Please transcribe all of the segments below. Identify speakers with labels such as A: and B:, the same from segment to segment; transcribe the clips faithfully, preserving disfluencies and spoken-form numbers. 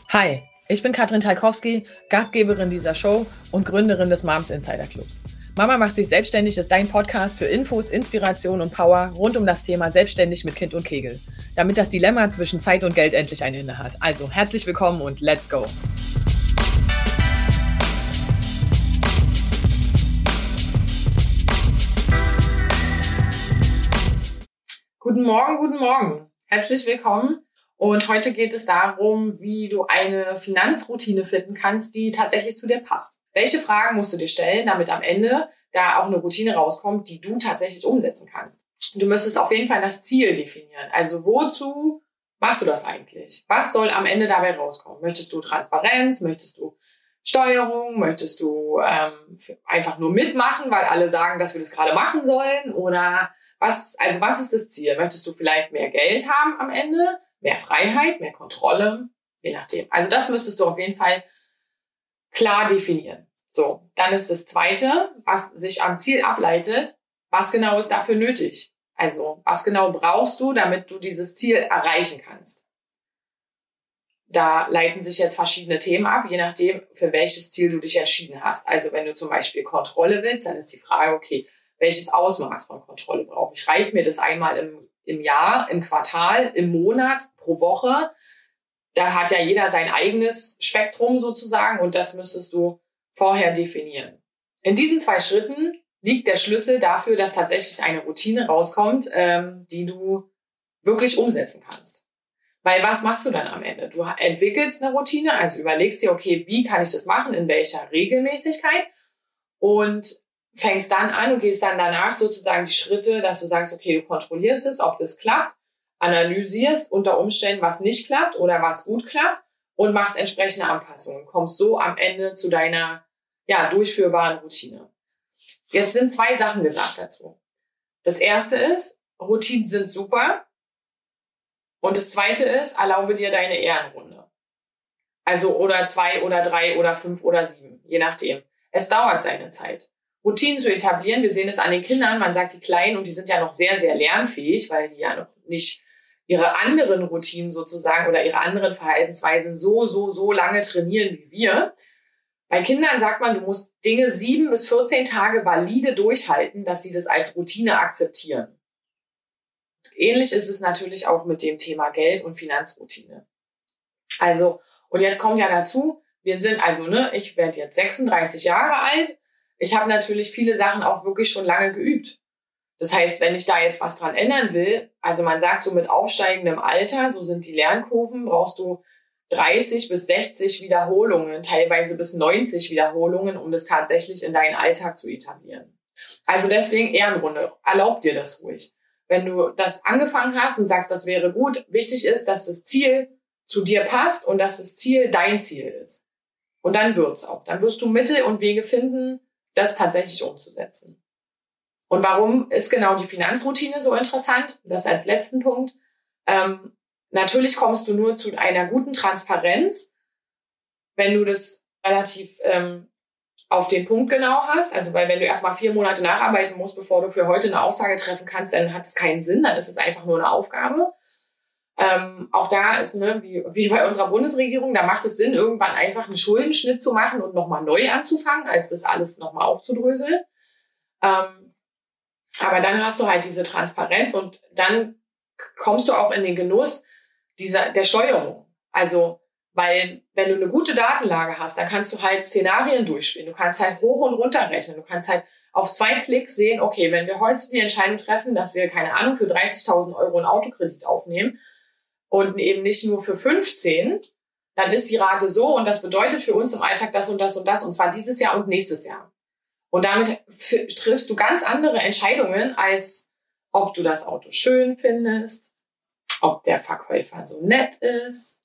A: Hi, ich bin Katrin Talkowski, Gastgeberin dieser Show und Gründerin des Moms Insider Clubs. Mama macht sich selbstständig ist dein Podcast für Infos, Inspiration und Power rund um das Thema Selbstständig mit Kind und Kegel, damit das Dilemma zwischen Zeit und Geld endlich ein Ende hat. Also herzlich willkommen und let's go! Guten Morgen, guten Morgen. Herzlich willkommen. Und heute geht es darum, wie du eine Finanzroutine finden kannst, die tatsächlich zu dir passt. Welche Fragen musst du dir stellen, damit am Ende da auch eine Routine rauskommt, die du tatsächlich umsetzen kannst? Du müsstest auf jeden Fall das Ziel definieren. Also wozu machst du das eigentlich? Was soll am Ende dabei rauskommen? Möchtest du Transparenz? Möchtest du Steuerung? Möchtest du ähm, einfach nur mitmachen, weil alle sagen, dass wir das gerade machen sollen? Oder was? Also was ist das Ziel? Möchtest du vielleicht mehr Geld haben am Ende? Mehr Freiheit, mehr Kontrolle, je nachdem. Also das müsstest du auf jeden Fall klar definieren. So, dann ist das Zweite, was sich am Ziel ableitet, was genau ist dafür nötig? Also was genau brauchst du, damit du dieses Ziel erreichen kannst? Da leiten sich jetzt verschiedene Themen ab, je nachdem, für welches Ziel du dich entschieden hast. Also wenn du zum Beispiel Kontrolle willst, dann ist die Frage, okay, welches Ausmaß von Kontrolle brauche ich? Reicht mir das einmal im im Jahr, im Quartal, im Monat, pro Woche? Da hat ja jeder sein eigenes Spektrum sozusagen und das müsstest du vorher definieren. In diesen zwei Schritten liegt der Schlüssel dafür, dass tatsächlich eine Routine rauskommt, ähm, die du wirklich umsetzen kannst. Weil was machst du dann am Ende? Du entwickelst eine Routine, also überlegst dir, okay, wie kann ich das machen, in welcher Regelmäßigkeit und fängst dann an und gehst dann danach sozusagen die Schritte, dass du sagst, okay, du kontrollierst es, ob das klappt, analysierst unter Umständen, was nicht klappt oder was gut klappt und machst entsprechende Anpassungen. Kommst so am Ende zu deiner ja, durchführbaren Routine. Jetzt sind zwei Sachen gesagt dazu. Das erste ist, Routinen sind super. Und das zweite ist, erlaube dir deine Ehrenrunde. Also oder zwei oder drei oder fünf oder sieben, je nachdem. Es dauert seine Zeit. Routinen zu etablieren. Wir sehen es an den Kindern. Man sagt die Kleinen und die sind ja noch sehr, sehr lernfähig, weil die ja noch nicht ihre anderen Routinen sozusagen oder ihre anderen Verhaltensweisen so, so, so lange trainieren wie wir. Bei Kindern sagt man, du musst Dinge sieben bis vierzehn Tage valide durchhalten, dass sie das als Routine akzeptieren. Ähnlich ist es natürlich auch mit dem Thema Geld und Finanzroutine. Also, und jetzt kommt ja dazu, wir sind, also, ne, ich werde jetzt sechsunddreißig Jahre alt. Ich habe natürlich viele Sachen auch wirklich schon lange geübt. Das heißt, wenn ich da jetzt was dran ändern will, also man sagt so mit aufsteigendem Alter, so sind die Lernkurven, brauchst du dreißig bis sechzig Wiederholungen, teilweise bis neunzig Wiederholungen, um das tatsächlich in deinen Alltag zu etablieren. Also deswegen Ehrenrunde, erlaub dir das ruhig. Wenn du das angefangen hast und sagst, das wäre gut, wichtig ist, dass das Ziel zu dir passt und dass das Ziel dein Ziel ist. Und dann wird's auch. Dann wirst du Mittel und Wege finden, das tatsächlich umzusetzen. Und warum ist genau die Finanzroutine so interessant? Das als letzten Punkt. Ähm, natürlich kommst du nur zu einer guten Transparenz, wenn du das relativ ähm, auf den Punkt genau hast. Also weil wenn du erstmal vier Monate nacharbeiten musst, bevor du für heute eine Aussage treffen kannst, dann hat es keinen Sinn, dann ist es einfach nur eine Aufgabe. Ähm, auch da ist, ne, wie, wie bei unserer Bundesregierung, da macht es Sinn, irgendwann einfach einen Schuldenschnitt zu machen und nochmal neu anzufangen, als das alles nochmal aufzudröseln. Ähm, aber dann hast du halt diese Transparenz und dann kommst du auch in den Genuss dieser, der Steuerung. Also, weil wenn du eine gute Datenlage hast, dann kannst du halt Szenarien durchspielen. Du kannst halt hoch und runter rechnen. Du kannst halt auf zwei Klicks sehen, okay, wenn wir heute die Entscheidung treffen, dass wir, keine Ahnung, für dreißigtausend Euro einen Autokredit aufnehmen, und eben nicht nur für fünfzehn, dann ist die Rate so und das bedeutet für uns im Alltag das und das und das und zwar dieses Jahr und nächstes Jahr. Und damit f- triffst du ganz andere Entscheidungen, als ob du das Auto schön findest, ob der Verkäufer so nett ist,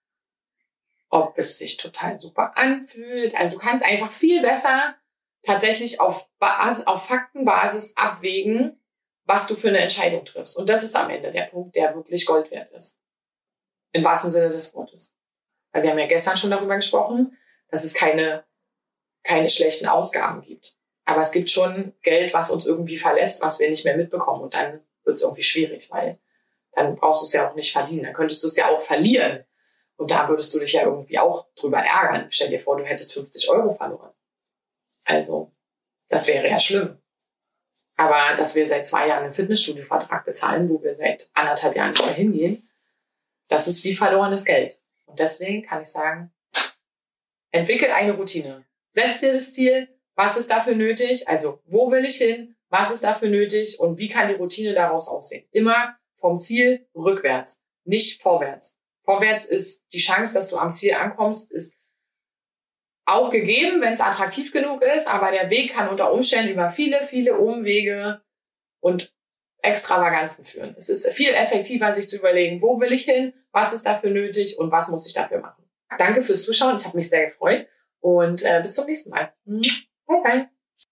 A: ob es sich total super anfühlt. Also du kannst einfach viel besser tatsächlich auf, Bas- auf Faktenbasis abwägen, was du für eine Entscheidung triffst. Und das ist am Ende der Punkt, der wirklich Gold wert ist. Im wahrsten Sinne des Wortes. Weil wir haben ja gestern schon darüber gesprochen, dass es keine, keine schlechten Ausgaben gibt. Aber es gibt schon Geld, was uns irgendwie verlässt, was wir nicht mehr mitbekommen. Und dann wird es irgendwie schwierig, weil dann brauchst du es ja auch nicht verdienen. Dann könntest du es ja auch verlieren. Und da würdest du dich ja irgendwie auch drüber ärgern. Stell dir vor, du hättest fünfzig Euro verloren. Also, das wäre ja schlimm. Aber dass wir seit zwei Jahren einen Fitnessstudio-Vertrag bezahlen, wo wir seit anderthalb Jahren nicht mehr hingehen, das ist wie verlorenes Geld. Und deswegen kann ich sagen, entwickel eine Routine. Setz dir das Ziel, was ist dafür nötig? Also, wo will ich hin? Was ist dafür nötig? Und wie kann die Routine daraus aussehen? Immer vom Ziel rückwärts, nicht vorwärts. Vorwärts ist die Chance, dass du am Ziel ankommst, ist auch gegeben, wenn es attraktiv genug ist, aber der Weg kann unter Umständen über viele, viele Umwege und Extravaganzen führen. Es ist viel effektiver, sich zu überlegen, wo will ich hin, was ist dafür nötig und was muss ich dafür machen. Danke fürs Zuschauen, ich habe mich sehr gefreut und äh, bis zum nächsten Mal. Bye, bye.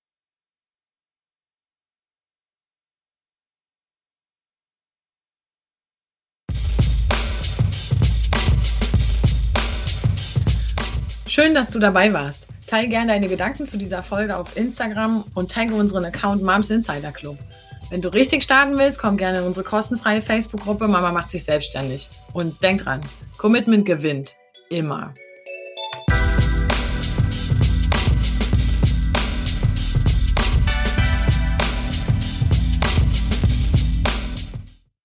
A: Schön, dass du dabei warst. Teile gerne deine Gedanken zu dieser Folge auf Instagram und tagge unseren Account Moms Insider Club. Wenn du richtig starten willst, komm gerne in unsere kostenfreie Facebook-Gruppe Mama macht sich selbstständig. Und denk dran, Commitment gewinnt. Immer.